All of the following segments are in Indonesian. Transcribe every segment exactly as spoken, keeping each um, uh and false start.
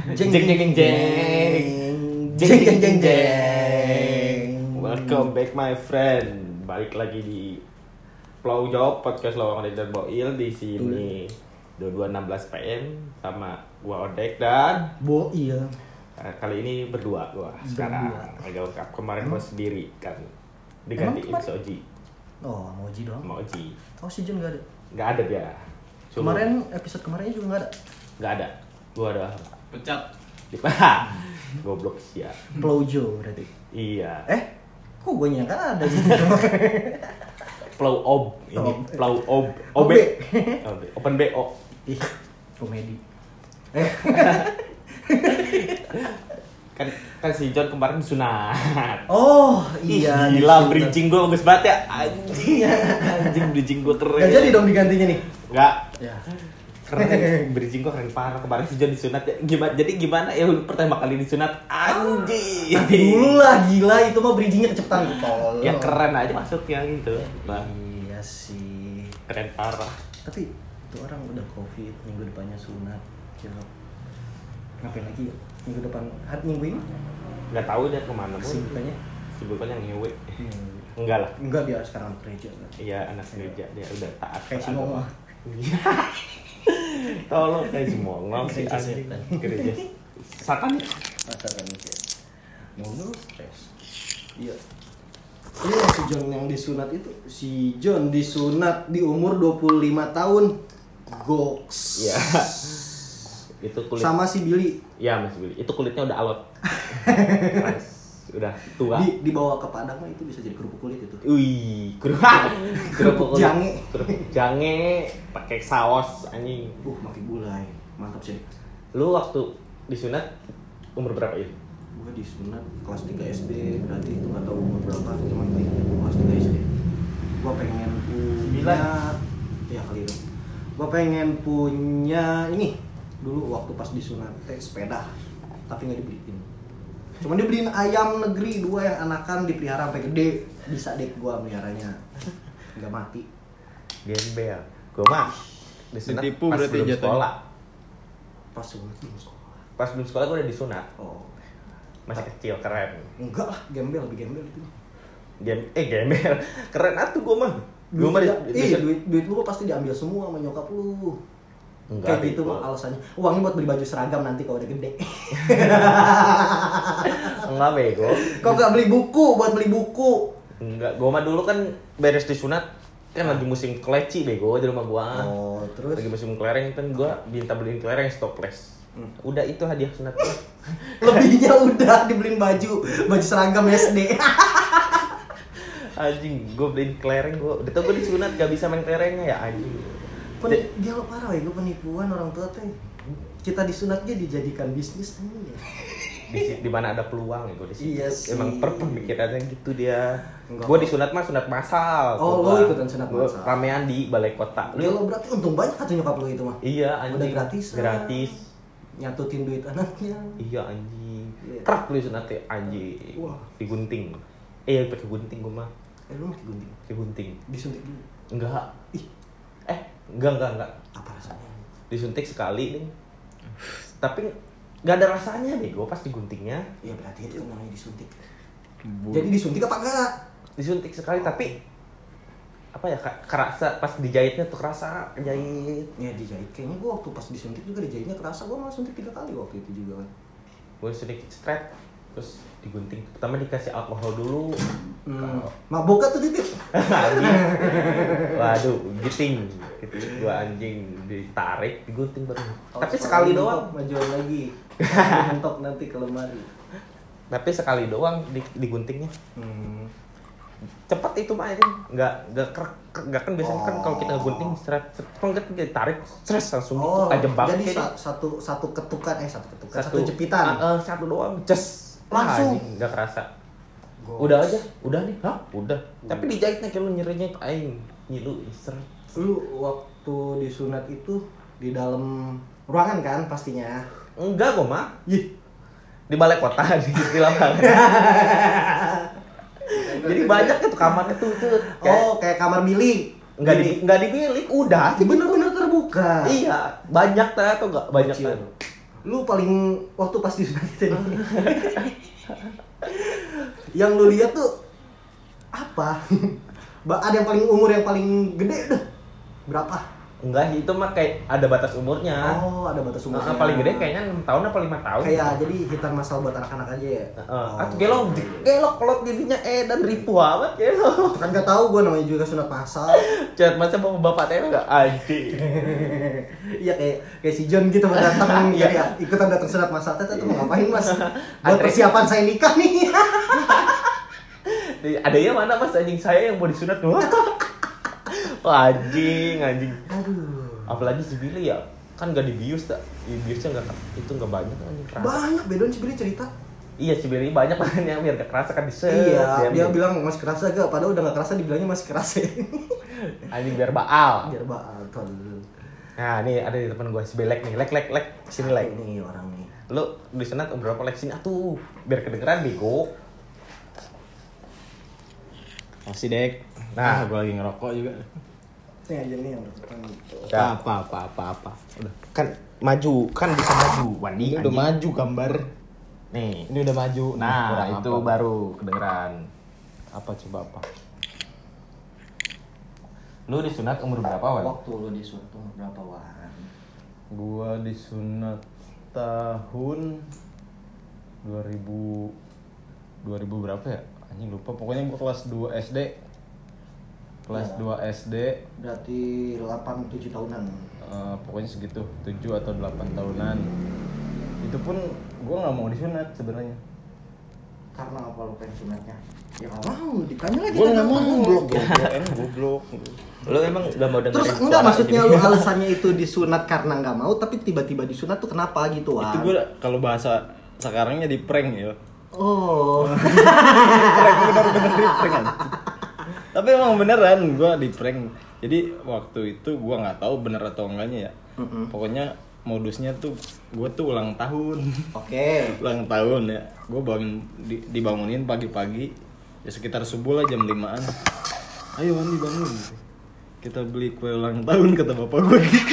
Jeng jeng jeng jeng jeng jeng jeng jeng. Welcome back my friend. Balik lagi di Flow Job Podcast Lowongan dan Boil di sini dua puluh dua enam belas P M sama gua Odek dan Boil. Nah, kali ini berdua gua sekarang agak lengkap. Kemarin gua sendiri kan digantiin si Oji. Oh, sama Oji doang. Sama Oji. Oh, si Jun enggak ada. Enggak ada dia. Suruh. Kemarin episode kemarinnya juga enggak ada. Enggak ada. Gua ada. Pecat. Dipaha. Goblok sia. Plowjo berarti. Iya. Eh, kok gue nyangka ada sih. Flow ob ini Ob. Flow ob O ob B. Open B O. Ih, komedi. Eh, kan kan si John kemarin disunat. oh Ih, iya. gila disunat. bridging gue bagus banget ya anjing. Anjing bridging gue keren. Nggak jadi dong digantinya nih. Enggak. Ya. Keren bridging gue keren parah. Kemarin si John disunat ya. Gimana jadi gimana ya lu pertama kali disunat anjing. Nanti dulu lah, gila itu mah bridgingnya kecepatan tol. Ya keren aja masuknya gitu. Nah, Iya sih. keren parah. Tapi itu orang udah covid, minggu depannya sunat. Coba. Ngapain lagi ya? Minggu depan, hari minggu ini? Enggak tahu dia kemana pun. Kesibukannya? Sibukannya ngewe. Hmm. Enggak lah. Enggak, dia sekarang gereja kan. Iya anak gereja dia udah taat. Kayak si agama. Mongol. Iya. Tolong kayak si Mongol si Gereja anjing. setan. Gereja satan. Masa kan sih. Mongol stres. Iya. Ini si John yang disunat itu, si John disunat di umur dua puluh lima tahun. Goks. Iya. Itu kulit. Sama si Billy. Iya Mas Billy. Itu kulitnya udah alot. Keras. Udah tua. Di, dibawa ke Padang mah itu bisa jadi kerupuk kulit itu. Wih, kerupuk kerupuk kulit. Jange. Kerupuk jange pakai saus anjing. Uh, makin gulai. Mantap sih. Lu waktu disunat umur berapa ya? Gue disunat kelas tiga S D, berarti itu nggak tahu umur berapa, cuman gue ingat kelas tiga S D. Gue pengen punya, ya kali itu. Gue pengen punya ini dulu waktu pas disunat teh sepeda, tapi nggak dibeliin. Cuman dibeliin ayam negeri dua yang anakan dipelihara sampai gede, bisa deh gue meliharanya, nggak mati. Gembel. Gua mah disunat Ditipu pas berarti belum jatuhnya. sekolah. Pas sunat di sekolah. Pas belum sekolah gua udah disunat. Oh, Masih kecil keren. enggak lah, gembel lebih gembel itu. Gem eh gembel. Keren atuh gua mah. Gua mah Duit, di- iya, di- duit duit lu pasti diambil semua sama nyokap lu. Enggak Kayak gitu bego. mah alasannya. Uangnya buat beli baju seragam nanti kalau udah gede. Enggak bego. Kok nggak beli buku buat beli buku? Enggak, gua mah dulu kan beres disunat kan lagi musim keleci bego di rumah gua. Oh, terus Lagi musim kelereng kan gua minta beliin kelereng stoples. Hmm. Udah itu hadiah sunat gua. lebihnya udah dibeliin baju, baju seragam S D. Anjing, gua beliin kelereng gua. Udah tau gua disunat gak bisa main kelerengnya ya anjing. Pen- dia lo parah ya, gue penipuan orang tua teh. Kita disunatnya dijadikan bisnis anjing ya. Di, di mana ada peluang ya gua di situ. Iya sih. Emang perpemikirannya gitu dia. Enggak. Gua disunat mah sunat massal. Oh, Gua- lo ikutan sunat gua massal. Ramean di balai kota. Dia lo berarti untung banyak kata nyokap lo itu mah. Iya anjing. Udah gratis. Gratis. Nyatutin duit anaknya. Iya anjing. Iya. Kerak beli sunatnya anjing. Wah. Digunting. Eh pakai gunting gua mah. Eh lu pakai gunting. Pakai gunting. Disuntik dulu. Enggak. Ih, Eh, enggak enggak enggak. apa rasanya? Disuntik sekali nih. Tapi enggak ada rasanya bego pas diguntingnya. Ya berarti itu namanya disuntik. Bu- Jadi disuntik apa enggak? Disuntik sekali tapi apa ya ka- kerasa pas dijahitnya tuh kerasa jahit. Ya dijahit. Kayaknya gua waktu pas disuntik juga dijahitnya kerasa. Gua malah suntik tiga kali waktu itu juga kan. Gue sedikit straight terus digunting. Pertama dikasih alkohol dulu. Hmm. Mabok tuh titik. Anjing. Waduh, giting. Gitu gua anjing ditarik, digunting baru. Tapi sekali doang. Majuan lagi. Mentok nanti ke lemari. Tapi sekali doang di, diguntingnya. Hmm. Cepat itu mah anjing. Enggak enggak kerak enggak kan biasanya kan kalau kita gunting seret seret ditarik stres langsung Oh, gitu aja bak. jadi sa- satu satu ketukan eh satu ketukan satu, satu jepitan. Ah, eh, satu doang, ces. Langsung. Enggak kerasa. Gos. Udah aja, udah nih. Hah? Udah. Tapi dijahitnya kalau nyerinya aing nyilu seret. Lu waktu disunat itu di dalam ruangan kan pastinya. Enggak gua mah. Ih. Di balai kota di istilah banget. Jadi banyak tuh kamarnya tuh tuh. Oh, kayak kamar bilik. Enggak di enggak di bilik, udah. Bener-bener terbuka. Iya, banyak tuh atau enggak banyak Kecil. kan. Lu paling waktu pas disunat itu nih. Yang lu lihat tuh apa? Ada yang paling umur yang paling gede dah. Berapa? Enggak, itu mah kayak ada batas umurnya. Oh, ada batas umurnya. Nah, paling gede kayaknya enam tahun apa lima tahun. Kayak jadi hitan masal buat anak-anak aja ya. Heeh. Oh. Atau gelok, gelok kolot giginya eh dan ribu amat gelok. Kan enggak tahu gua namanya juga sunat masal. Cat masa bapak bapak teh enggak anjing. Iya kayak kayak si John gitu datang ya, ya ikutan datang sunat masal teh tuh mau ngapain Mas? Buat persiapan saya nikah nih. Ada yang mana Mas anjing saya yang mau disunat tuh. Wah, anjing, anjing. Aduh. Apalagi si Billy ya, kan gak dibius tak? Biusnya nggak itu nggak banyak anjing kerasa. Banyak bedon si Billy cerita. Iya si Billy banyak makanya biar gak kerasa kan diset. Iya, dia, dia bilang masih kerasa gak? Padahal udah gak kerasa dibilangnya masih kerasa. Anjing biar baal. Biar baal tuh. Nah, nih ada di teman gue si Belek nih, lek lek lek sini lek. Ini orang nih. Lu disunat umur berapa lek sini atuh? Biar kedengeran bego. Masih dek. Nah, gue lagi ngerokok juga. Ini aja nih yang depan gitu. Udah. Apa apa apa apa. Udah. Kan maju, kan bisa maju. Wandi Ini udah maju gambar. Nih. Ini udah maju. Nah, kurang itu apa? baru kedengeran. Apa coba apa? Lu disunat umur berapa, Wan? Waktu lu disunat umur berapa, Wan? Gua disunat tahun dua ribu dua ribu berapa ya? Anjing lupa. Pokoknya gua kelas dua S D. Kelas Ya. dua S D. Berarti delapan tujuh tahunan. Uh, pokoknya segitu, tujuh atau delapan tahunan. Itu pun gua nggak mau disunat sebenarnya. Karena apa lu pengen sunatnya? Ya nggak mau, ditanya lagi. Gua kan nggak apa? mau. Goblok, Goblok, goblok. Lu emang gak mau dengerin Terus suara enggak maksudnya gini? lu alasannya itu disunat karena nggak mau, tapi tiba-tiba disunat tuh kenapa gitu, Wan? Itu gua kalau bahasa sekarangnya di prank ya. Oh. Prank bener-bener di prank anjing. Tapi emang beneran gue di prank. Jadi waktu itu gue nggak tahu bener atau enggaknya ya. Mm-mm. Pokoknya modusnya tuh gue tuh ulang tahun. Oke. Ulang tahun ya. Gue bangun di, dibangunin pagi-pagi ya sekitar subuh lah jam limaan. Ayo Wandi bangun. Kita beli kue ulang tahun kata bapak gue gitu.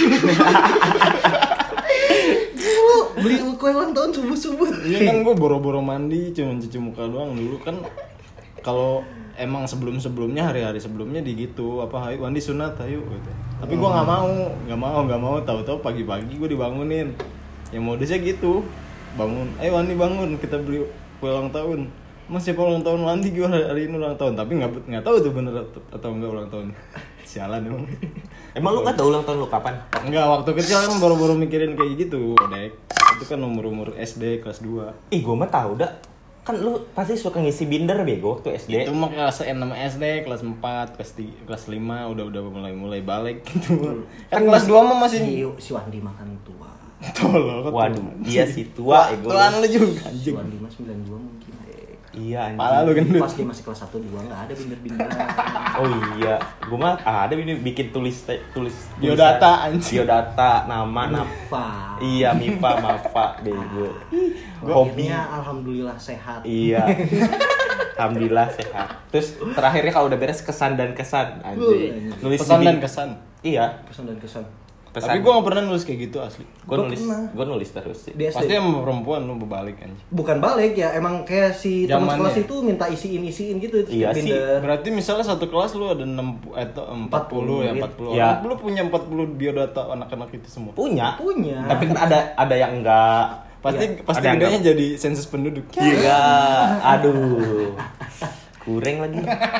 Beli kue ulang tahun subuh-subuh. Iya kan gue boro-boro mandi cuma cuci muka doang dulu kan. Kalau emang sebelum-sebelumnya hari-hari sebelumnya di gitu apa ayo Wandi sunat ayo gitu. Tapi gue nggak mau nggak mau nggak mau tahu-tahu pagi-pagi gue dibangunin yang modusnya gitu bangun ayo Wandi bangun kita beli kue ulang tahun. Mas siapa ulang tahun Wandi gue hari, hari ini ulang tahun tapi nggak nggak tahu tuh bener atau enggak ulang tahun. Sialan emang. Emang lu gak tau ulang tahun lu kapan? Enggak, waktu kecil kan baru-baru mikirin kayak gitu, Dek. Itu kan umur-umur S D kelas dua. Ih, gua mah tahu dah. Kan lu pasti suka ngisi binder bego waktu S D. Itu mah kelas enam S D, kelas empat, kelas tiga, kelas lima udah udah mulai-mulai balik gitu. Kan kelas dua mah masih Si, si Wandi makan tua. tolol. Waduh, dia si tua ego. Tuan lu juga Si anjing. Wandi mah sembilan puluh dua mungkin. Iya anjing. Pala lu gendut. Pas dia masih kelas satu dua enggak ada binder-binder. Oh iya, gua mah ada ini bikin tulis te- tulis Biodata, tulisan. anjing. Biodata, nama, nama. Apa? Iya, Mipa, Mafa, bego. Hobi. Hobinya alhamdulillah sehat. Iya. Alhamdulillah sehat. Terus terakhirnya kalau udah beres kesan dan kesan anjing. Nulis Pesan di- dan kesan. Iya, Pesan dan kesan. pesan. Tapi gua gak pernah nulis kayak gitu asli. gua Gua nulis, pernah. gua nulis terus sih. Di S D. Pasti sama perempuan lu berbalik anjing. Bukan balik ya, emang kayak si teman Zamannya. sekelas itu minta isiin-isiin gitu Iya sih. binder. Berarti misalnya satu kelas lu ada enam atau empat puluh ya, empat puluh Ya. orang. Lu punya empat puluh biodata anak-anak itu semua. Punya. Punya. Tapi kan ada ada yang enggak. Pasti Iya. pasti Ada yang gedenya enggak. jadi sensus penduduk. Iya. Aduh. Kurang lagi.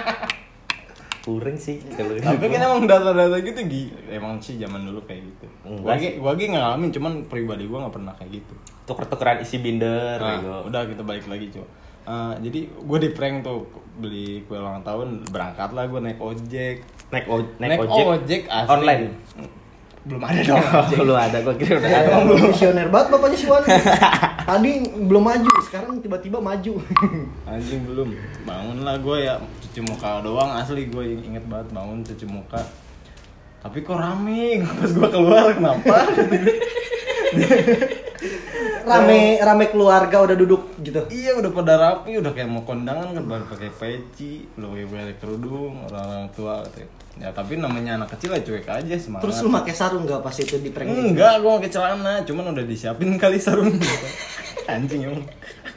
Kurang sih kalau Tapi kan emang data-data gitu Gi. Emang sih zaman dulu kayak gitu. Gua Enggak lagi gua lagi ngalamin cuman pribadi gua nggak pernah kayak gitu. tuker-tukeran isi binder Nah, gitu. udah kita balik lagi coba. Uh, jadi gue di prank tuh beli kue ulang tahun berangkat lah gue naik ojek Naik, o- naik, naik, ojek, ojek asli. online. Belum ada dong. Belum ada, gua kira udah ada. Emang belum visioner banget bapaknya si Wandi. Tadi belum maju, sekarang tiba-tiba maju. Anjing belum. Bangun lah gue ya cuci muka doang asli gue inget banget bangun cuci muka. Tapi kok rame pas gue keluar kenapa? rame rame keluarga udah duduk gitu. Iya udah pada rapi, udah kayak mau kondangan kan, baru pakai peci, udah pakai kerudung, orang-orang tua gitu. Ya tapi namanya anak kecil ya cuek aja semangat. Terus lu pakai sarung nggak pas itu di prank? Enggak, gua pakai celana, cuman udah disiapin kali sarung. Anjing emang.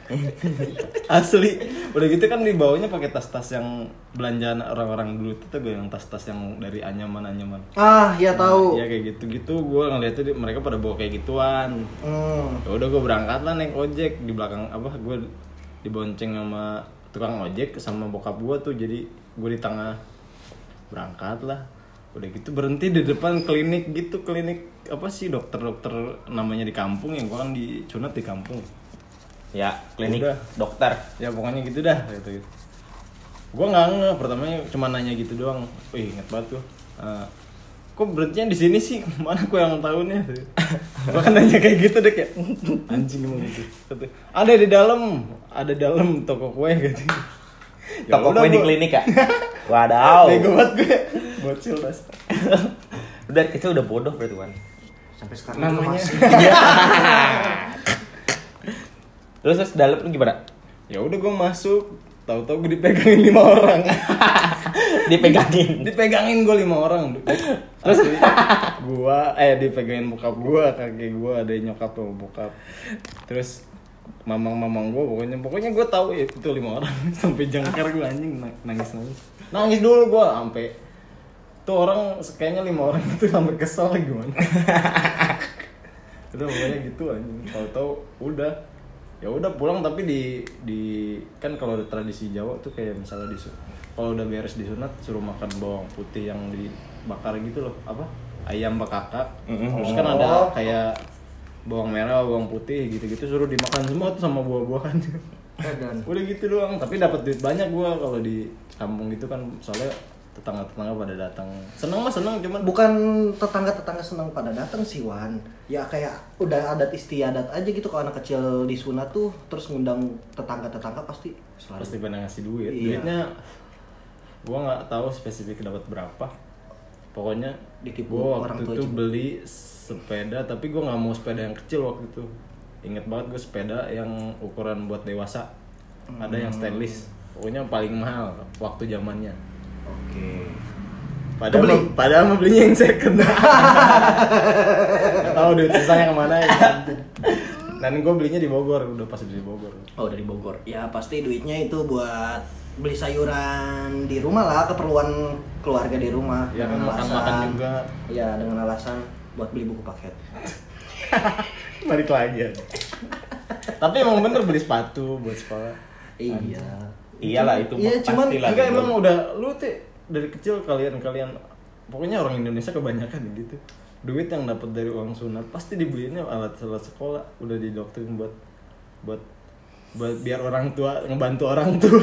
Asli. Udah gitu kan di bawahnya pakai tas-tas yang belanjaan orang-orang dulu itu tuh, yang tas-tas yang dari anyaman-anyaman. Ah, ya tahu. Nah, ya kayak gitu-gitu, gua ngeliat tuh mereka pada bawa kayak gituan. Hmm. Ya udah gua berangkat lah naik ojek, di belakang apa gua dibonceng sama tukang ojek sama bokap gua tuh, jadi gua di tengah. Berangkat lah. Udah gitu berhenti di depan klinik gitu, klinik apa sih, dokter-dokter namanya di kampung, yang gua kan di Cunat di kampung. Ya, klinik Udah. dokter. Ya pokoknya gitu dah gitu gitu. Gua nggak ngeh, pertamanya cuma nanya gitu doang. Wih, inget banget tuh. Uh, kok berhentinya di sini sih? Mana gua yang tahunya? Gua kan nanya kayak gitu deh, kayak anjing emang gitu. Kata, ada di dalam, ada dalam toko kue gitu. Ya Toko udah, kue di gua- klinik ya? Wadaw. Bego banget gue. Bocil das. Udah kecil udah bodoh berarti kan. Sampai sekarang Namanya. juga masih. Terus terus dalam lu gimana? Ya udah gue masuk, tahu-tahu gue dipegangin lima orang. Dipegangin. Dipegangin gue lima orang. Terus gua eh dipegangin bokap gua, kakek gua, ada nyokap sama bokap. Terus mamang-mamang gua, pokoknya pokoknya gua tahu ya itu lima orang. Sampai jangkar gua anjing, nangis nangis. Nangis dulu gua sampai tuh orang kayaknya lima orang itu sampai kesel gimana. Udah pokoknya gitu anjing. Tahu-tahu udah ya udah pulang, tapi di di kan kalau ada tradisi Jawa tuh kayak misalnya di kalau udah beres disunat suruh makan bawang putih yang dibakar gitu loh, apa ayam bakakak. Mm-hmm. Terus kan ada kayak bawang merah, bawang putih gitu-gitu suruh dimakan semua tuh sama buah-buahannya. Dan Udah gitu doang, tapi dapat duit banyak gua kalau di kampung gitu kan, soalnya tetangga-tetangga pada datang. Seneng mah seneng, cuman bukan tetangga-tetangga senang pada datang sih Wan. Ya kayak udah adat istiadat aja gitu, kalau anak kecil disunat tuh terus ngundang tetangga-tetangga pasti selalu. pasti pada ngasih duit. Iya. Duitnya gua nggak tahu spesifik dapat berapa. Pokoknya Ditipu gua orang waktu tua itu juga. beli sepeda, tapi gua nggak mau sepeda yang kecil waktu itu. Ingat banget gue sepeda yang ukuran buat dewasa. Ada yang stainless. Pokoknya paling mahal waktu zamannya. Oke. Padahal Kebeli? mah- padahal mah belinya yang second. Gak tahu duit sisanya kemana ya. Dan gue belinya di Bogor, udah pas di Bogor. Oh dari Bogor. Ya pasti duitnya itu buat beli sayuran di rumah lah, keperluan keluarga di rumah. Ya kan Dengan makan-makan alasan- juga. Ya dengan alasan buat beli buku paket. Balik lagi ya. Tapi emang bener beli sepatu buat sekolah. Iya. Iyalah itu Iya, cuman pastilah. Enggak, emang udah lu tuh dari kecil kalian-kalian, pokoknya orang Indonesia kebanyakan gitu. Duit yang dapat dari uang sunat pasti dibeliinnya alat-alat sekolah, udah didoktrin buat buat buat biar orang tua ngebantu orang tua.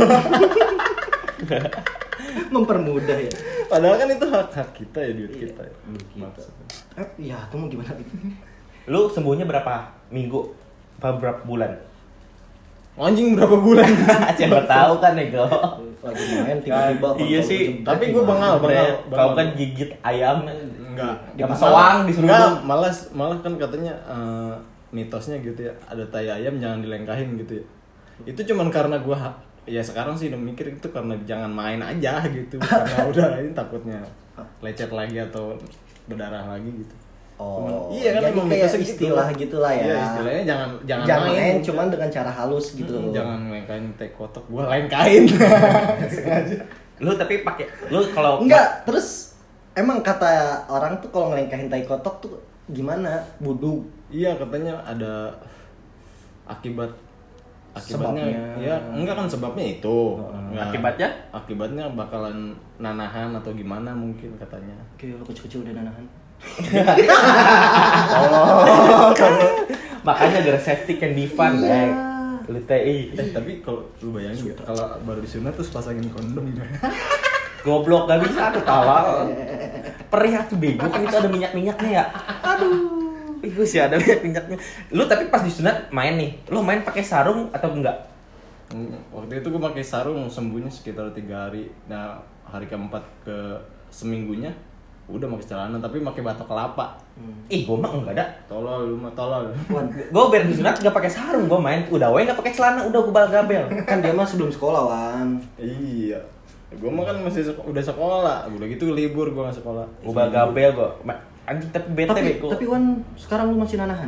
Mempermudah ya. Padahal kan itu hak-hak kita ya, duit kita. Ya. Maksudnya. Eh, ya tuh mau gimana gitu. Lu sembuhnya berapa minggu? Apa berapa bulan? Anjing berapa bulan? Siapa tahu kan nego. Lagi main tiba-tiba. Iya kontol sih, jebret tapi gimana? gua bengal, bengal. Kau kan gigit ayam kan. Enggak. Sama soang disuruh. Enggak, malas malah kan katanya eh, mitosnya gitu ya, ada tai ayam jangan dilengkahin gitu ya. Itu cuman karena gua ha- ya sekarang sih udah mikir itu karena jangan main aja gitu. Karena udah ini takutnya lecet lagi atau berdarah lagi gitu. Oh, Cuman- iya kan jadi emang kayak mitosnya gitu. istilah gitulah ya. Iya, istilahnya jangan jangan, Jangan main, main, cuman dengan cara halus gitu. Hmm, jangan lengkahin tai kotok, gua lengkahin. Sengaja. Lu tapi pakai lu kalau Enggak, terus emang kata orang tuh kalau ngelengkahin tai kotok tuh gimana? Budug. Iya, katanya ada akibat akibatnya Sebabnya. ya enggak kan sebabnya itu. Enggak. Akibatnya? Akibatnya bakalan nanahan atau gimana mungkin katanya. Oke, lo kecil-kecil udah nanahan. makanya ada safety can be fun, Iya. eh. Lu T I. Eh, tapi kalau lu bayangin ya, kalau baru disunat terus pasangin kondom gimana? Goblok gak bisa tuh tawar. Perih tuh bego kan itu ada minyak-minyaknya ya. Aduh. Itu sih ada minyak-minyaknya. Lu tapi pas disunat main nih. Lu main pakai sarung atau enggak? Hmm, Waktu itu gue pakai sarung, sembuhnya sekitar tiga hari. Nah, hari keempat ke seminggunya Udah pakai celana tapi pakai batok kelapa. Ih, gua mah enggak ada. Tolol lu mah tolol. Gue biar disunat gak pakai sarung, gue main udah we gak pakai celana, udah gue bal gabel. Kan dia mah sebelum sekolah, Wan. Iya. Gue mah kan masih sek- udah sekolah. Udah gitu libur gue nggak sekolah. Gue bal gabel gue. Anjing tapi bete Tapi, beko. tapi Wan, sekarang lu masih nanahan?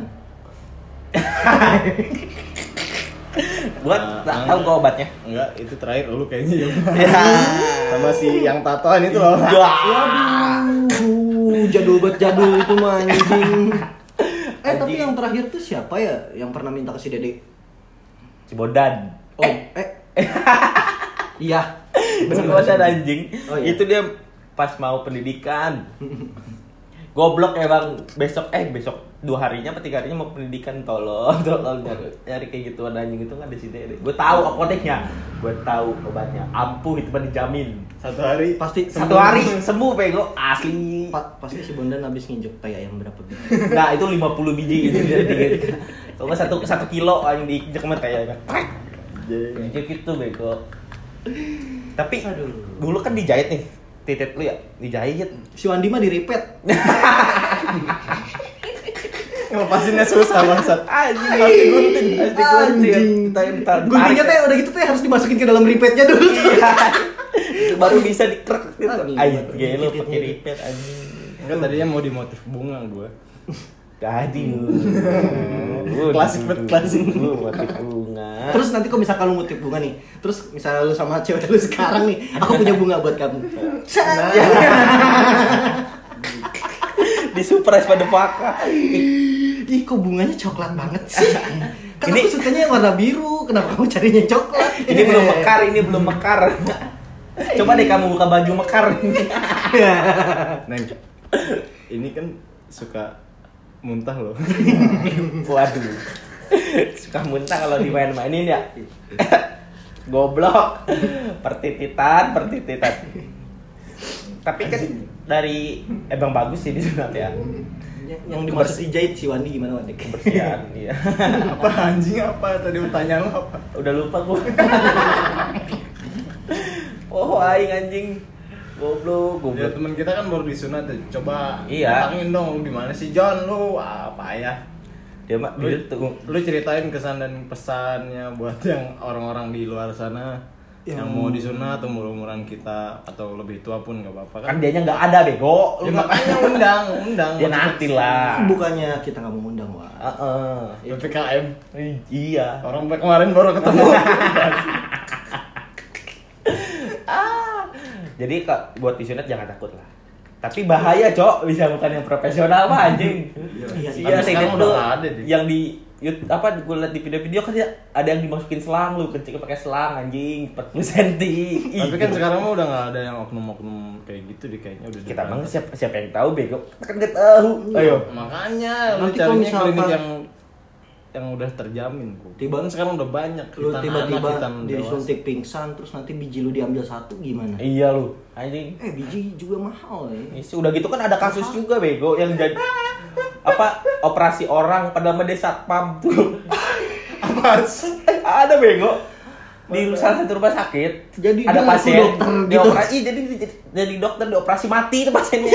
Gue Nah, tak tahu kok obatnya. Enggak, itu terakhir lu kayaknya ya. Ya. Sama si yang tatoan itu loh. Waduh, jadul banget jadul itu mah anjing. Eh tapi Anjing. yang terakhir tuh siapa ya yang pernah minta ke si Dede? Cibodan. Oh, eh. Iya. Cibodan anjing. Oh, iya. Itu dia pas mau pendidikan. Goblok ya bang, besok eh besok dua harinya apa tiga harinya mau pendidikan tolong tolong nyari, nyari kayak gitu anjing itu kan di sini. Gue tahu apoteknya, gue tahu obatnya ampuh itu mah dijamin. Satu hari Pasti Satu hari sembuh bego asli. Pa- pasti si Bondan habis nginjek tai ayam berapa biji. Nah itu lima puluh biji itu dari tiga. Kalau nggak satu satu kilo yang diinjek sama teh kan. Injek itu bego. Tapi Aduh. dulu kan dijahit nih titik lu ya dijahit. Si Wandi mah diripet. ngelepasinnya susah bangsat. Anjing harus digunting, harus digunting. Anjing. Ditarik, ditarik. Guntingnya teh udah gitu teh harus dimasukin ke dalam ripetnya dulu. Iya. Itu baru bisa dikrek gitu. Anjing. Ayo, gelo pakai ripet anjing. Enggak tadinya mau di motif bunga gue. Aduh. Klasik banget, klasik. Lu motif bunga. Terus nanti kok misalkan lu motif bunga nih, terus misalnya lu sama cewek lu sekarang nih, aku punya bunga buat kamu. Nah. Di surprise pada Faka. Ih, kok bunganya coklat banget sih? Kan Ini- aku sukanya yang warna biru, kenapa kamu carinya yang coklat? Ini belum mekar, ini belum mekar. Coba deh kamu buka baju mekar. Neng, ini kan suka muntah loh. Waduh. Suka muntah kalau dimain-mainin ya. Goblok. Pertititan, pertititan. Tapi kan dari emang bagus sih disunat ya. Yang dimaksud dijahit si Wandi gimana Wandi? Kebersihan, iya. Apa anjing apa tadi tanya lo apa? Udah lupa gua. Oh, aing anjing. Goblok, Ya goblok. teman kita kan baru disunat ya. Coba Iya. datangin dong di mana sih John lu? Apa ya? Dia mah Lu, dia tuh lu ceritain kesan dan pesannya buat yang orang-orang di luar sana yang, Yang- mau disunat atau umur-umuran kita atau lebih tua pun nggak apa-apa kan dianya nggak ada bego. Ya Lu makanya undang, undang. Ya nanti lah. Bukannya kita nggak mau ngundang, Wak. Heeh. P P K M. Iya. Orang kemarin baru ketemu. Ah. Jadi kak buat disunat jangan takut lah. Tapi bahaya, Cok. Bisa bukan yang profesional mah anjing. Iya, Iya, tapi saya sekarang lihat udah tuh nggak ada deh. yang di YouTube apa gue liat di video-video kan dia ada yang dimasukin selang lu kencing pakai selang anjing empat puluh sentimeter. Tapi kan sekarang mah udah nggak ada yang oknum-oknum kayak gitu deh kayaknya udah. kita bang diberantas. siapa siapa yang tahu bego. Kita kan nggak tahu. Ayo. Makanya lu Nanti kalau carinya misalkan- klinik yang yang udah terjamin kok. Tiba- Kan sekarang udah banyak. Lu hitan tiba-tiba anak, hitan dewasa. disuntik pingsan terus nanti biji lu diambil satu gimana? Iya lu anjing. Eh, biji juga mahal ya. Isi, udah gitu kan ada kasus juga bego yang jadi apa operasi orang pada mede satpam tuh. Apa? Eh, ada bego di salah satu rumah sakit. Jadi ada dia ngaku pasien dokter gitu. dioperasi jadi jadi, jadi dokter dioperasi mati itu pasiennya.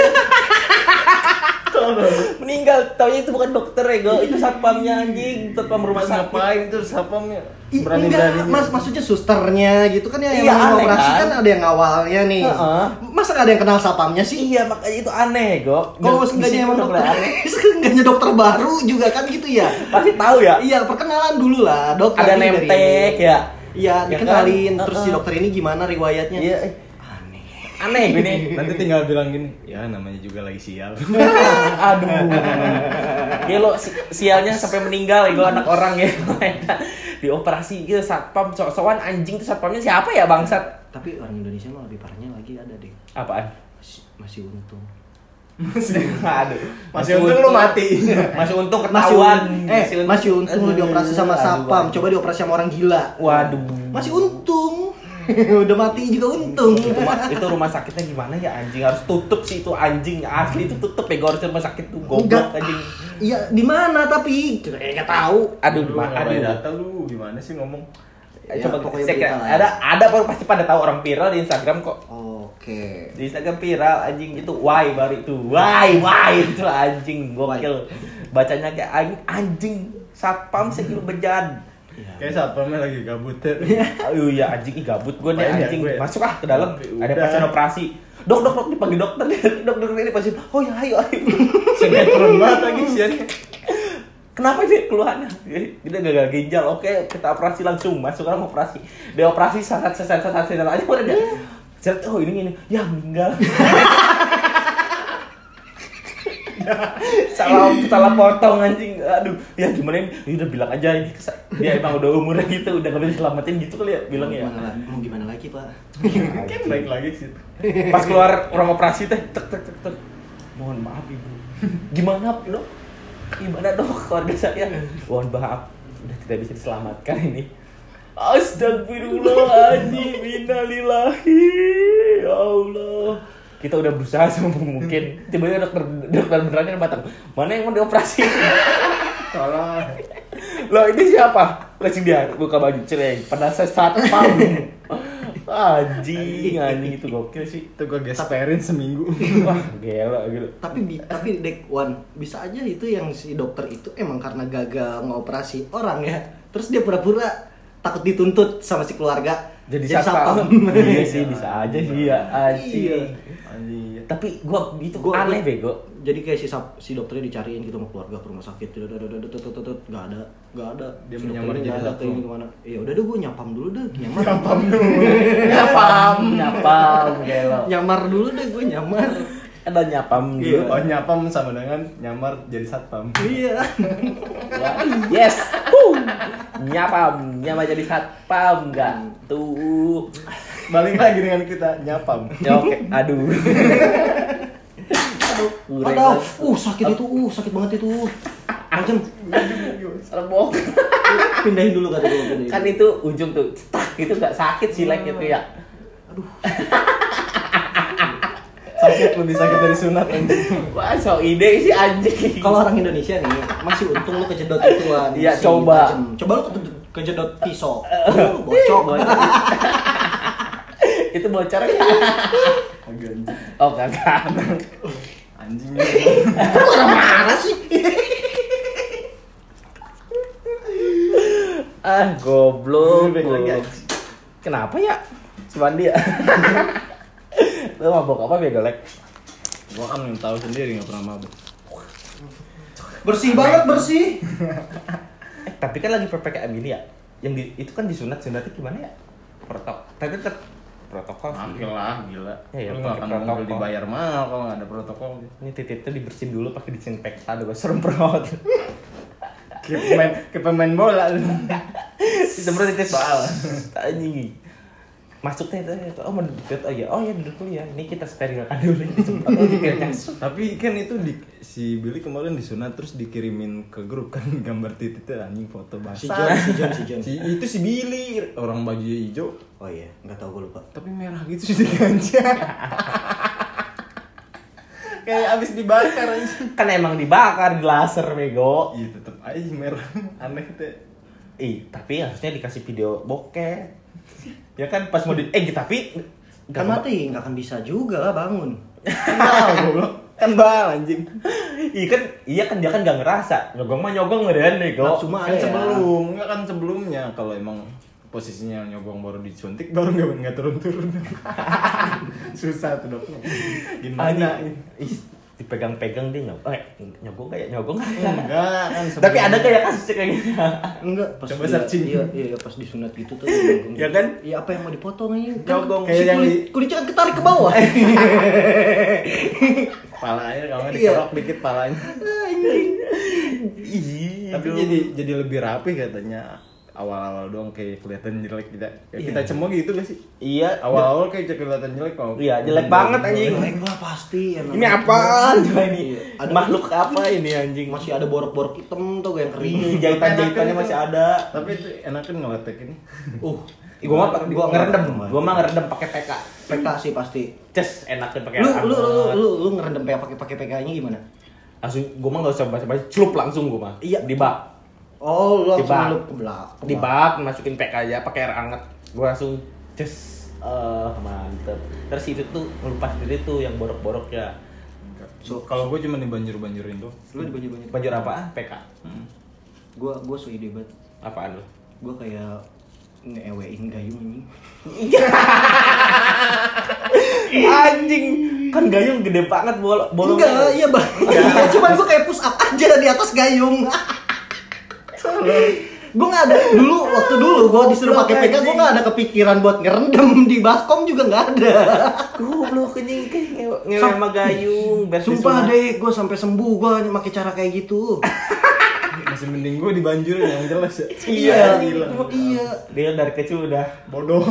Meninggal, taunya itu bukan dokter ego, itu satpamnya anjing, satpam rumah sakit. Ngapain tuh sapamnya? Ih, Berani enggak, beraninya. mas, maksudnya susternya gitu kan ya yang Iya, mau aneh, operasi kan? kan ada yang ngawalnya nih. Heeh. Masa nggak ada yang kenal sapamnya sih? Iya, makanya itu aneh, Go. Kalau Dan seenggaknya di situ emang udah dokter, mulai aneh. seenggaknya dokter baru juga kan gitu ya. Pasti tahu ya. Iya, perkenalan dulu lah, dokter. Ada ini dari nemtek ini. ya. Iya, Ya dikenalin kan? terus si Heeh. dokter ini gimana riwayatnya. Iya. eh. Aneh gini. Nanti tinggal bilang gini, ya namanya juga lagi sial. Aduh. Ya lo si- sialnya sampai meninggal ya, anak orang ya. Dioperasi gitu satpam sok-sokan anjing tuh satpamnya siapa ya bangsat? Tapi orang Indonesia mah lebih parahnya lagi ada deh. Apaan? Masih, masih untung. Aduh. Masih untung lu mati. Masih untung Masih ketahuan. untung, eh masih untung lu dioperasi sama Aduh, sapam. aduh. Coba dioperasi sama orang gila. Waduh. Masih untung. Udah mati juga untung. Itu, ma- itu rumah sakitnya gimana ya anjing harus tutup sih itu anjing asli itu tutup ya harus rumah sakit tuh goblok Enggak. anjing. Iya, di mana tapi? Kayak enggak tahu. Aduh Lu gimana nggak aduh. data lu gimana sih ngomong? Ya, Coba pokoknya saya kira- berita lah ya. ada ada pasti pada tahu orang viral di Instagram kok. Oh. Oke. Di Instagram viral anjing itu why baru itu why why itu anjing gokil bacanya kayak anjing anjing satpam sekilo bejan Kayak satpamnya lagi gabut ya. aduh ya anjing ih gabut gue nih Banyak anjing gue. masuk ah ke dalam Udah. ada pasien operasi dok dok dok dipanggil dokter dok dok ini pasien oh ya ayo ayo Sinetron banget lagi sih. kenapa sih keluhannya kita gagal ginjal oke kita operasi langsung masuk orang operasi dia operasi sangat sangat sangat sangat aja udah dia Zat, oh ini ini ya meninggal salah salah potong anjing aduh ya gimana ini ya udah bilang aja ini dia emang udah umurnya gitu udah gak bisa selamatin gitu kali ya bilang ya Gimana, mau gimana lagi pak? Kan baik lagi sih. pas keluar orang operasi teh tek tek tek tek mohon maaf ibu gimana dok gimana dok keluarga saya mohon maaf udah tidak bisa diselamatkan ini astagfirullahaladzim innalillahi ya Allah kita udah berusaha semampu mungkin tiba-tiba dokter dokter benerannya datang mana yang mau dioperasi Salah. loh ini siapa langsung dia buka baju cereng pada satpam anjing anjing itu gokil sih Itu gue gesperin seminggu. wah gila gitu Tapi bi- tapi Dek Wan bisa aja itu yang si dokter itu emang karena gagal ngoperasi orang ya. Terus dia pura-pura takut dituntut sama si keluarga. jadi satpam iya sih bisa aja sih ya anjing Iya. Anjir. tapi gua itu Gua- aneh gua- bego Jadi kayak si sap- si dokternya dicariin gitu sama keluarga ke rumah sakit, nggak ada, nggak ada. Dia Si menyamar dokternya jadi nggak ada, satpam. ke ini kemana? Ya udah deh, gue nyapam dulu deh, nyamar. Nyapam dulu. nyapam nyapam gelo Nyamar dulu deh, gue nyamar. ada nyapam Iya. gitu Oh nyapam sama dengan nyamar jadi satpam. Iya. Wah, yes Wuh. nyapam nyamar jadi satpam enggak tuh Balik lagi dengan kita nyapam. ya oke aduh aduh Aduh, uh sakit itu, uh sakit banget itu. Macam Serbok. pindahin dulu kata gue, pindahin. Kan itu ujung tuh, cetak itu nggak sakit sih like itu ya. Sakit lebih sakit dari sunat anjing. Wah, so ide sih anjing. Kalau orang Indonesia nih, masih untung lu kejedot ituan. Iya, si coba. tajem. Coba lu kejedot, kejedot pisau. Uh, bocok. Bocor. Itu bocor ya? Agak anjing. Oh, kagak. Anjing. Marah-marah sih. Ah, goblok. Balik lagi, goblok. Kenapa ya? Sebandi ya. Lu mabok apa ya, Golek? Gua kan yang tahu sendiri nggak pernah mabuk. Bersih banget, bersih. Eh, tapi kan lagi P P K M ini ya. Yang di, itu kan disunat, sunatnya gimana ya? Protokol. Tapi tetap protokol sih. Ambil lah, gila. Ya, ya, Lu nggak pakai akan protokol. mobil dibayar mahal kalau nggak ada protokol. Ini titiknya dibersihin dulu pakai disinfektan, udah seremprot. Kayak pemain, kayak pemain bola lu. Disemprot titik soal. Anjing. Masuk teh teh. Oh, mau duduk. Oh ya, oh ya duduk dulu ya. Ini kita sterilkan dulu disemprot. Oh, dipilih kasus. Tapi kan itu di, si Billy kemarin disunat terus dikirimin ke grup kan gambar titiknya anjing foto Si basah. John, si John, si John. Si, itu si Billy orang baju hijau Oh iya, nggak tahu gue lupa. tapi merah gitu sih ganja. Kayak abis dibakar aja. Kan emang dibakar di laser bego. Iya tetep aja merah. Aneh teh. Ih, tapi harusnya dikasih video bokeh. Ya kan pas mau di eh tapi Kan mati, nggak akan bisa juga lah bangun. Kan bal goblok. Kan bal anjing. Iya kan, iya kan dia kan gak ngerasa. Nyogong mah nyogong ngerian bego. Nafsu mah Kan ada ya. sebelum, enggak kan sebelumnya kalau emang posisinya nyogong baru disuntik baru nggak nggak turun-turun. Susah tuh dokter. Gimana? Anjing. Ih, dipegang-pegang dia nyogong. Eh, nyogong kayak nyogong. Enggak kan. sebelum- Tapi ada kayak kasusnya kayak gitu. Enggak, pas Coba dia- searching. Iya, iya, pas disunat gitu tuh. nyogong Ya gitu. kan? Iya, apa yang mau dipotong aja? Nyogong. Si Kayak yang kulit, di- kulitnya kan ketarik ke bawah. palanya kalau nggak Iya. dicolok dikit palanya. Ih, Tapi jadi jadi lebih rapi katanya. Awal-awal doang kayak kelihatan jelek kita. Ya, kita Iya. cemooh gitu gak sih? iya. Awal-awal kayak kelihatan jelek kalau. Iya, jelek banget, anjing. Jelek lah pasti. ya, Ini namanya. apaan coba ini? Iya. Ada- Makhluk apa ini anjing? Masih ada borok-borok hitam tuh yang kering. Ini jahitan-jahitannya masih ada. Tapi itu enakan ngeletek ini. Uh, Gua mah gua ngerendam, nggak- gua mah ngerendam pakai P K. P K sih pasti. Ces enakin pakai Lu anget. lu lu lu lu ngerendam pakai pakai P K-nya gimana? Langsung gua mah enggak usah basa-basi, celup langsung gua mah. Iya. Di bak. Oh, lu Di langsung bak. lu ke belakang. Di bak masukin P K aja pakai air anget. Gua langsung ces Eh, mantep. Terus itu tuh ngelupas diri tuh yang borok-borok ya. So, kalau gue cuma dibanjur-banjurin tuh. Lu banyak-banyak. Banjur apa? P K. Hmm. Gua gua so ide banget. Apaan lu? Gua kayak nge-ewein gayung ini. Anjing, kan gayung gede banget bol bolongnya. Enggak, iya bang. Iya, cuman gua kayak push up aja di atas gayung. Gue nggak ada dulu waktu dulu gue disuruh pakai P K, gue nggak ada kepikiran buat ngerendam di baskom juga nggak ada. Goblok anjing kayak ngewe ngewe sama gayung. biar Sumpah disunat. deh, gue sampai sembuh gue pakai cara kayak gitu. Masih mending gue dibanjurin yang jelas ya. Iya, gila. Iya. Dia dari kecil udah Bodoh.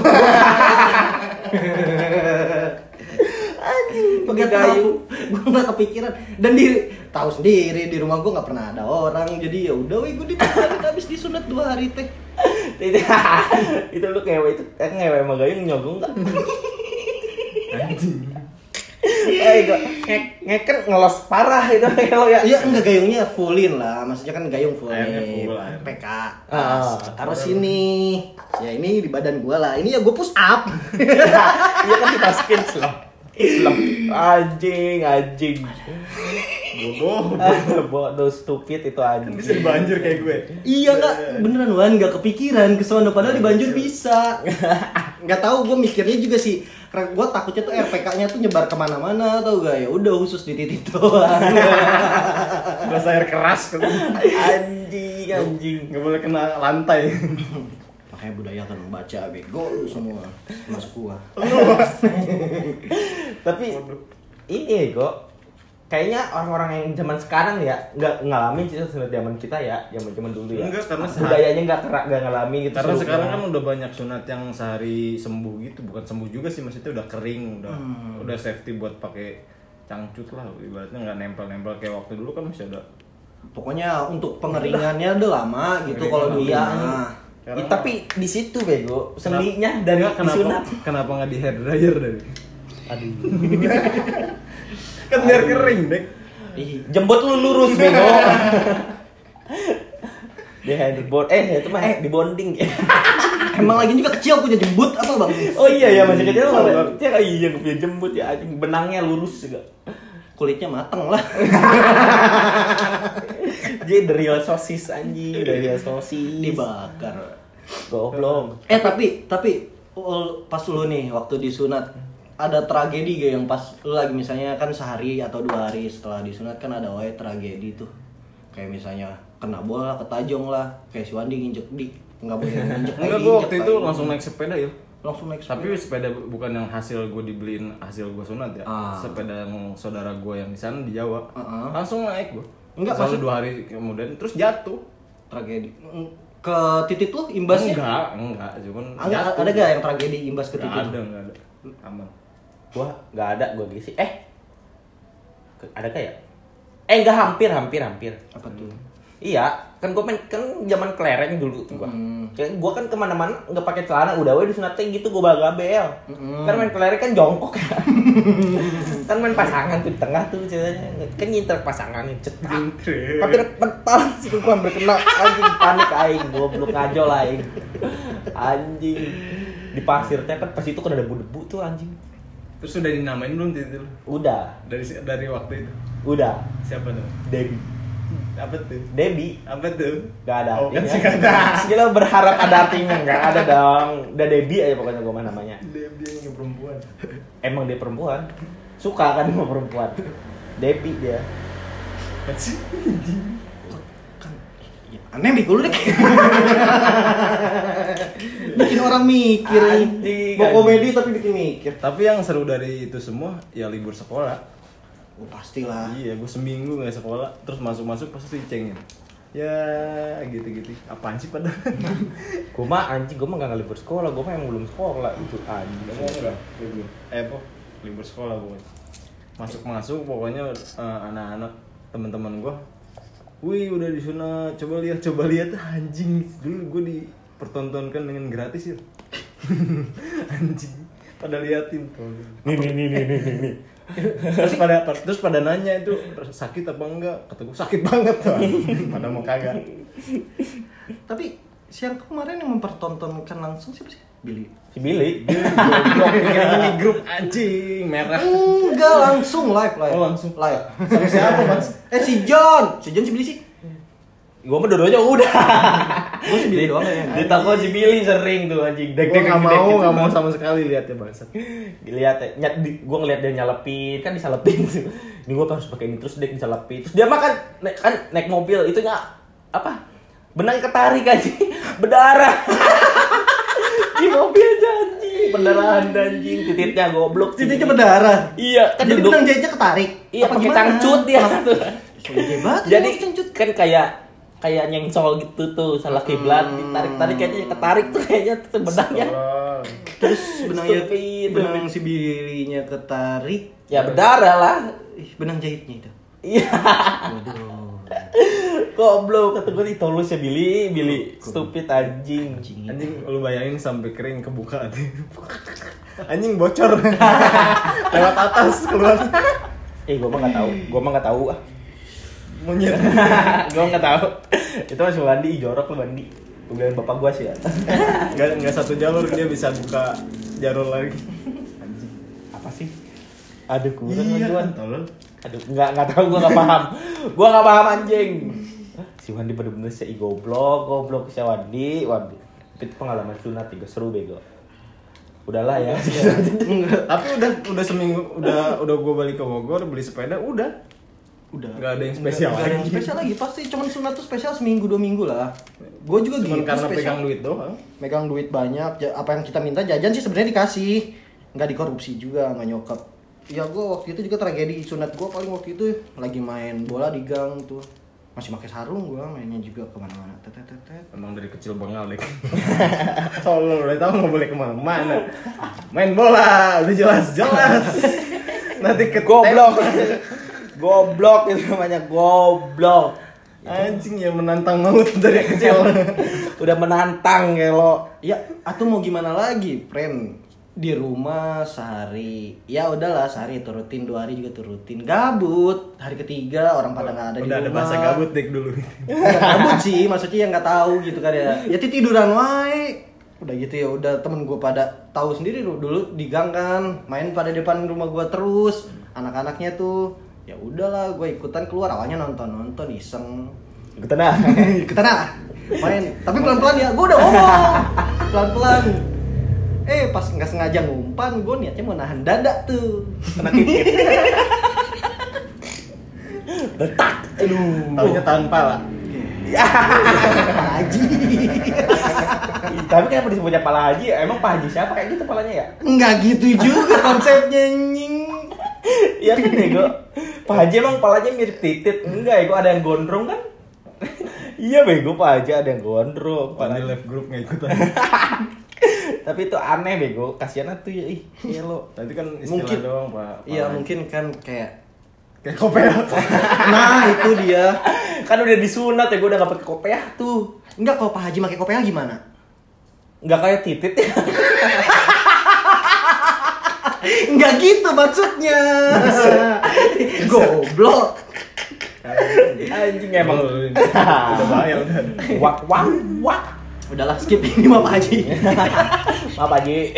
anjing pakai Nggak gayung. tahu, gue nggak kepikiran. Dan di tahu sendiri di rumah gue nggak pernah ada orang, jadi ya udah, weh gue dipakai habis disunat dua hari teh. Itu lu ngewe itu eh, ngewe sama gayung nyogong enggak? Anjing. Eh, gua ngek ngeken ngelos parah itu kalau ya. Iya enggak, gayungnya fullin lah, maksudnya kan gayung full. Airnya nih. full, air. P K. Ah. Taruh sini. Ya ini di badan gue lah. Ini ya gue push up. Iya kan kita skin Islam. Islam. Anjing, anjing. Bodoh. Bodoh stupid itu anjing. Bisa dibanjur kayak gue. Iya nggak, beneran Wan, nggak kepikiran ke sono, padahal di Banjur bisa. Nggak tahu, gue mikirnya juga sih, karena gue takutnya tuh R P K-nya tuh nyebar kemana-mana, tau gak? Ya udah khusus di titik doang. Rasa air keras kan. Anjing, anjing. Nggak boleh kena lantai. Makanya budaya kan membaca, bego lu semua, masuk gua. Tapi ini kok kayaknya orang-orang yang zaman sekarang ya nggak ngalamin sih sunat zaman kita ya, zaman zaman dulu ya. Enggak, karena sehari- budayanya nggak kerak nggak ngalamin gitu. Karena suluknya. sekarang kan udah banyak sunat yang sehari sembuh gitu, bukan sembuh juga sih, maksudnya udah kering, udah Hmm. udah safety buat pakai cangcut lah, ibaratnya nggak nempel-nempel kayak waktu dulu kan masih ada. Pokoknya untuk pengeringannya udah lama gitu Pengeringan kalau udah dulu. lama. Nah, Ya, tapi di situ bego sendinya dari Enggak, kenapa disunat. kenapa nggak di hair dryer dari? Aduh. Kan biar kering deh. ih, Jembut lu lurus bego. Di handboard eh itu mah di bonding ya. emang lagi juga kecil punya jembut apa bang? Oh iya ya masih kecil Sabar. malah dia kayak iya punya jembut ya anjing, benangnya lurus juga. Kulitnya mateng lah. Dia the real sosis anjing, the real sosis. Dibakar. Goblok. Eh tapi tapi ul- pas lu nih waktu disunat ada tragedi gak yang pas lu lagi misalnya kan sehari atau dua hari setelah disunat kan ada wae tragedi tuh, kayak misalnya kena bola ketajong lah, kayak si Wandi nginjek di nggak boleh nginjek Enggak, gue waktu itu langsung naik sepeda ya. langsung naik Tapi sepeda bukan yang hasil gue dibeliin hasil gue sunat ya. Ah. Sepeda yang saudara gue yang di sana di Jawa. Uh-uh. Langsung naik gue. Enggak, Soalnya maksud- dua hari kemudian terus jatuh. tragedi ke titik lu imbasnya. Enggak, enggak, cuman Ada, jatuh. ada gak yang tragedi imbas ke titik Enggak lu? ada, enggak ada. Aman. Gua nggak ada gua gisi. Eh. Ke- Ada kayak? Eh enggak hampir hampir hampir. Apa tuh? Iya, kan gua main kan zaman kelereng dulu tuh gua. Hmm. Kayak gua kan kemana-mana nggak pakai celana, udah we disunatnya gitu gua bagabel. Mm-mm. Kan main kelereng kan jongkok ya. Kan main pasangan tuh di tengah tuh ceritanya. Kan nyinter pasangan nih, cet. Tapi mental sih gua hampir kena anjing, panik aing, goblok ngajol aing. Anjing. Di pasir teh kan pas itu kan ada debu-debu tuh anjing. Terus udah dinamain belum titik lu? Udah, Dari dari waktu itu. udah. Siapa tuh? Debbie. Apa tuh? Debbie. Apa tuh? Gak ada Oh, kan artinya. sih kata. Kita berharap ada artinya, nggak ada dong. Udah Debbie aja pokoknya gue mah namanya. Dia dia yang perempuan. Emang dia perempuan, suka kan sama perempuan. Debbie dia. Apa sih? Kan ya, aneh mikul deh. Bikin orang mikir. Anjing, Mau anjing. komedi tapi bikin mikir. Tapi yang seru dari itu semua ya libur sekolah. Oh pastilah. Iya, gue seminggu nggak sekolah, terus masuk-masuk pasti dicengin. Ya gitu-gitu. Apaan sih pada? Gue mah anjing, gue mah gak libur sekolah, gue mah emang belum sekolah itu anjing. Enggak, libur. Eh, apa? Libur sekolah pokoknya. Masuk-masuk pokoknya eh, anak-anak teman-teman gue. Wih, udah disunat. Coba lihat, coba lihat anjing. Dulu gue dipertontonkan dengan gratis ya. Anjing. Pada liatin tuh. Nih nih nih nih nih nih. Terus pada terus pada nanya itu sakit apa enggak? Kata gue sakit banget tuh. Pada mau kagak. Tapi siang kemarin yang mempertontonkan langsung siapa sih? Billy. Si Billy. Goblok pikiran ini grup anjing merah. Enggak, langsung live live. Oh, langsung. live. Sama siapa, Mas? Eh si John, si John si Billy sih. Gua mah dua-duanya udah. Gua si Billy doang ya. Di toko si Billy sering tuh anjing. Gue nggak mau, nggak mau sama sekali lihat ya bangsat. Lihat ya, nyat, di, gue ngeliat dia nyalepin, kan disalepin tuh. Ini gue harus pakai ini terus dia disalepin. Terus dia makan naik, kan naik mobil itunya apa? Benang ketarik aja, berdarah. Di mobil aja anjing, pendarahan anjing, titiknya goblok. Titiknya berdarah. Iya, kan Jadi duduk. benang jahitnya ketarik. Iya, Apa pakai gimana? cangcut dia tuh. Hebat. Jadi kan kayak kayak nyengsol gitu tuh, salah kiblat, ditarik-tarik kayaknya ketarik tuh kayaknya tuh benangnya. Terus benangnya Stupid. benang si Billy-nya ketarik. Ya berdarah lah. Ih, benang jahitnya itu. Iya. Goblok kata gue, tolong ya Billy, Billy stupid anjing. Anjing lu bayangin sampai kering kebuka. Anjing bocor. Lewat atas keluar. Eh, gue mah nggak tahu, gue mah nggak tahu ah. Monyet. Gue nggak tahu. Itu masih mandi, jorok lu mandi. Gue bilang bapak gue sih ya. Enggak enggak satu jalur dia bisa buka jalur lagi. Anjing, apa sih? Aduh kurang Iya, Juan. tolol. Aduh, nggak nggak tahu, gue nggak paham. Gue nggak paham anjing. Si Wandi bener-bener si goblok, goblok si Wandi, Wandi. Itu pengalaman sunat tiga seru bego. Udahlah ya. Tapi udah udah seminggu udah udah gue balik ke Bogor beli sepeda udah. Udah. Nggak ada yang spesial Nggak ada yang lagi. spesial lagi. Pasti cuman sunat tuh spesial seminggu dua minggu lah. Gue juga Cuman gitu. karena spesial. pegang duit doang. Megang duit banyak. Ja- Apa yang kita minta jajan sih sebenarnya dikasih. Nggak dikorupsi juga sama nyokap. Ya gue waktu itu juga tragedi sunat gue paling waktu itu lagi main bola di gang tuh. Masih pakai sarung gue mainnya juga kemana-mana. Tetetetet. Emang dari kecil bengal deh. Tolol udah tahu nggak boleh kemana-mana. Main bola udah jelas-jelas. Nanti ke Goblok. Goblok itu namanya goblok. Anjing yang menantang maut dari kecil. Udah menantang ya lo. Ya, atau mau gimana lagi, friend? Di rumah sehari, ya udahlah sehari turutin, dua hari juga turutin. Gabut, hari ketiga orang pada nggak ada di Udah rumah. ada bahasa gabut dek dulu. Nggak gabut sih, maksudnya yang nggak tahu gitu kan ya. Ya tiduran wae. Udah gitu ya, udah temen gue pada tahu sendiri dulu, dulu di gang kan, main pada depan rumah gue terus. Anak-anaknya tuh, ya udahlah, gue ikutan keluar. Awalnya nonton nonton iseng. Ikutan ah. Ikutan ah, main. Tapi pelan-pelan ya, gue udah ngomong pelan-pelan. Eh pas nggak sengaja ngumpan, gue niatnya mau nahan dada tuh. Kena titik. Letak. Aduh. Taunya tanpa lah. Haji. Tapi kenapa disebutnya pala haji? Emang Pak Haji siapa kayak gitu palanya ya? Nggak gitu juga konsepnya nying. Iya kan Nego. Pak Haji emang palanya mirip titit. Enggak, Ego ada yang gondrong kan? Iya bego, Pak Haji ada yang gondrong. Pada Palanya. live group nggak ikutan. Tapi itu aneh bego. Kasihan tuh ya ih. Iya lo. Tadi kan istilah Mungkin. doang pak. Iya Pak. mungkin kan kayak. Kayak kopel. Nah itu dia. Kan udah disunat ya, gue udah gak pakai kopiah tuh. Enggak, kalau Pak Haji pakai kopiah gimana? Enggak kayak titit ya. Enggak gitu maksudnya. Goblok. Anjing emang. Udah bahaya udah. Wak wak wak. Udahlah skip ini mah Pak Haji. Maaf Haji.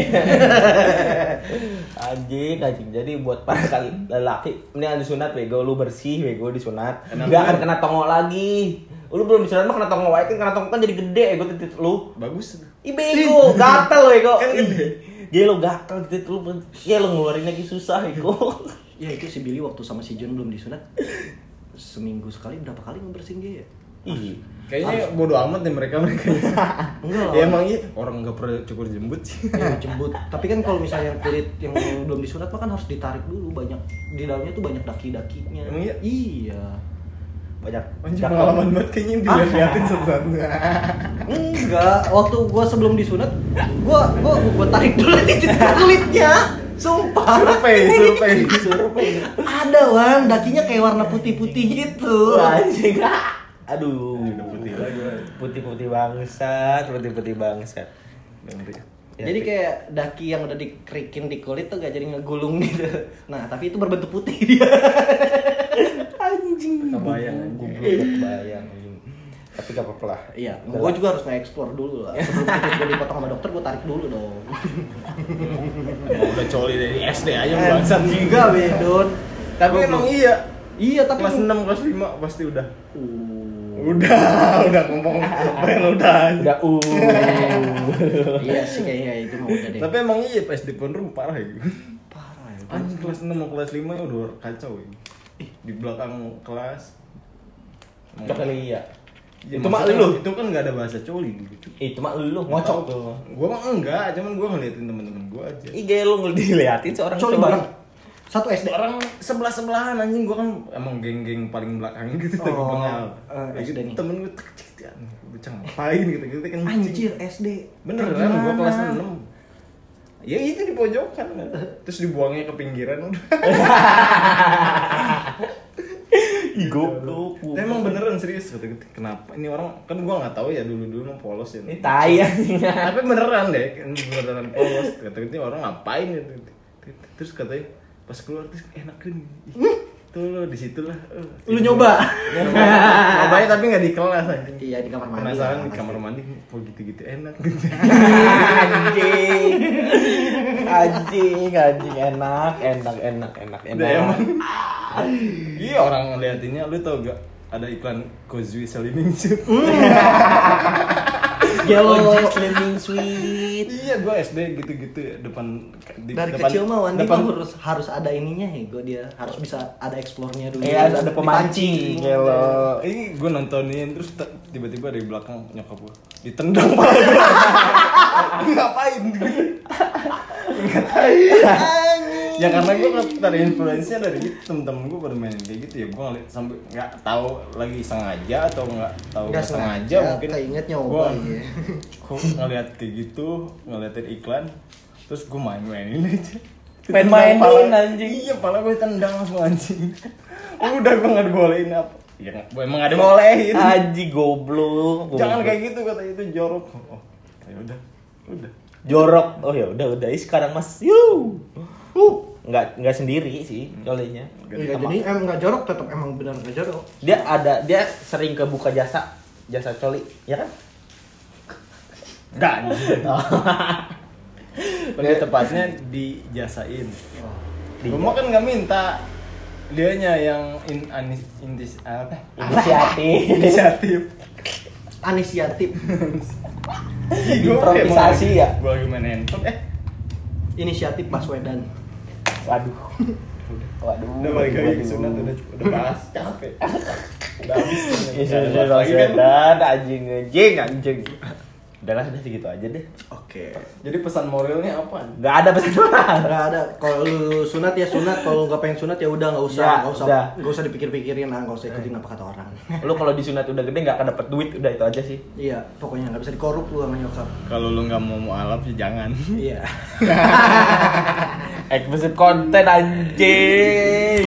Anjing, anjing. Jadi buat para kali lelaki, mendingan disunat bego, lu bersih bego disunat. Enggak akan kena tongol lagi. Lu belum disunat mah kena tongol wae kan, kena tongol kan jadi gede ego titit lu. Bagus. Ih bego, gatel bego. Kan gede. Jadi lo gatel titit lu. Ya lo ngeluarin lagi susah ego. Ya itu si Billy waktu sama si John belum disunat. Seminggu sekali berapa kali ngebersihin dia ya? Ih. Kayaknya bodo amat deh mereka mereka. Enggak lah. Ya emang iya orang nggak pernah cukur jembut sih. Ya, jembut. Tapi kan kalau misalnya kulit yang belum disunat mah kan harus ditarik dulu banyak. Di dalamnya tuh banyak daki-dakinya. Emang iya? Iya. Banyak. Anjing pengalaman banget kayaknya dilihat-liatin satu-satu. Enggak, waktu gua sebelum disunat, gua gua gua tarik dulu titik kulitnya. Sumpah. Survei, survei. Survei. Ada Wan, dakinya kayak warna putih-putih gitu. Anjing. Aduh. Putih lagi. Putih-putih bangsat, putih-putih bangsat. Ya, Jadi kayak daki yang udah dikerikin di kulit tuh gak jadi ngegulung gitu. Nah, tapi itu berbentuk putih dia. anjing. Kebayang, anjing. Goblok kebayang anjing. Tapi gak apa-apa lah. Iya, gue juga harus nge-explore dulu lah. Sebelum gue dipotong sama dokter, gue tarik dulu dong. Emang udah coli dari S D aja bangsat. Enggak, Bedon. Tapi emang iya. Iya, tapi Kelas enam, kelas lima pasti udah. Uh. Udah, udah ngomong pengen udah. Udah uh. Iya sih kayaknya itu mau udah deh. Tapi emang iya S D Pondok parah ya. Parah ya. Anjing kelas enam sama kelas lima udah kacau ya. Di belakang kelas. Udah kali ya. Ya, Itu mak maksudnya lu. Itu kan enggak ada bahasa coli dulu. Cu. Itu mah lu ngocok tuh. Gua mah enggak, cuman gua ngeliatin teman-teman gua aja. Ih gaya lu ngeliatin seorang Coli cowok. bareng. Satu S D. Orang sebelah-sebelahan anjing, gua kan emang geng-geng paling belakang gitu tuh Oh, bengal. eh, Kayak S D gitu, nih. temen gua tek cek cek bocah ngapain gitu gitu kan. Anjir S D. Beneran gua kelas enam. Ya itu di pojokan kan. Terus dibuangnya ke pinggiran udah. Ih goblok. Emang beneran serius kata gitu. Kenapa? Ini orang kan gua enggak tahu ya dulu-dulu mah polos ya. Ini tai ya. Tapi beneran deh, beneran polos. Kata gitu orang ngapain gitu. Terus katanya pas keluar terus enak kan. Tuh lo di situ lah. Uh, Lu nyoba. Nyobain tapi nggak di kelas aja. Iya di kamar mandi. Penasaran lah, di pasti. kamar mandi kok gitu-gitu enak gitu. Anjing. Anjing, anjing enak, enak, enak, enak, Udah emang. enak. Iya orang ngeliatinnya lu tau gak ada iklan Kozui Slimming Suit. Gelo. Oh, Slimming Sweet. Iya gua S D gitu-gitu ya depan di, Dari depan, kecil mah Wandi depan mah harus harus ada ininya ya, gue dia harus bisa ada explore-nya dulu. Eh ada, ada pemancing. Gelo. ini gue nontonin terus t- tiba-tiba dari belakang nyokap gue ditendang pala gue. Ngapain? Nggak tahu. Ya karena gue dari influence-nya dari gitu, temen-temen gue pada main kayak gitu ya gue ngeliat sampai nggak tahu lagi sengaja atau nggak tahu Nggak nggak sengaja sengaja, mungkin keinget nyoba, gue iya. gue ngeliat kayak gitu ngeliatin iklan terus gue main-mainin aja. Main-mainin, Ditendang pala. anjing. Iya pala gue tendang langsung anjing. Udah gue nggak dibolehin apa? Ya gue emang nggak dibolehin. Anjing goblok. Jangan goblok. kayak gitu kata itu jorok. Oh, ya udah, udah. Jorok. Oh ya udah udah Ih, sekarang Mas. Yuh. Uh, enggak enggak sendiri sih colinya. Enggak jadi emang enggak jorok, tetap emang benar enggak jorok. Dia ada dia sering ke buka jasa jasa coli, ya kan? Enggak. Lebih tepatnya dijasain. Di- Gua kan nggak minta. Dianya yang in anis intis apa? Inisiatif. Inisiatif. Inisiatif. Improvisasi ya? Gua lagi main handphone eh Inisiatif Baswedan. Waduh. Waduh. udah balik lagi waduh. ke sunat udah udah bahas capek. Udah habis. Iya, Udah sudah bahas lagi kan. dan anjing anjing anjing. Udah lah, udah segitu aja deh. Oke. Jadi pesan moralnya apa? Gak ada pesan moral. Enggak ada. Kalau lu sunat ya sunat, kalau enggak pengen sunat ya udah enggak usah, Ya, enggak usah. udah. Enggak usah dipikir-pikirin lah, enggak usah ikutin apa kata orang. Lu kalau disunat udah gede gak akan dapet duit, udah itu aja sih. Iya, pokoknya enggak bisa dikorup lu sama nyokap. Kalau lu nggak mau mualaf ya jangan. Iya. Explicit konten anjing.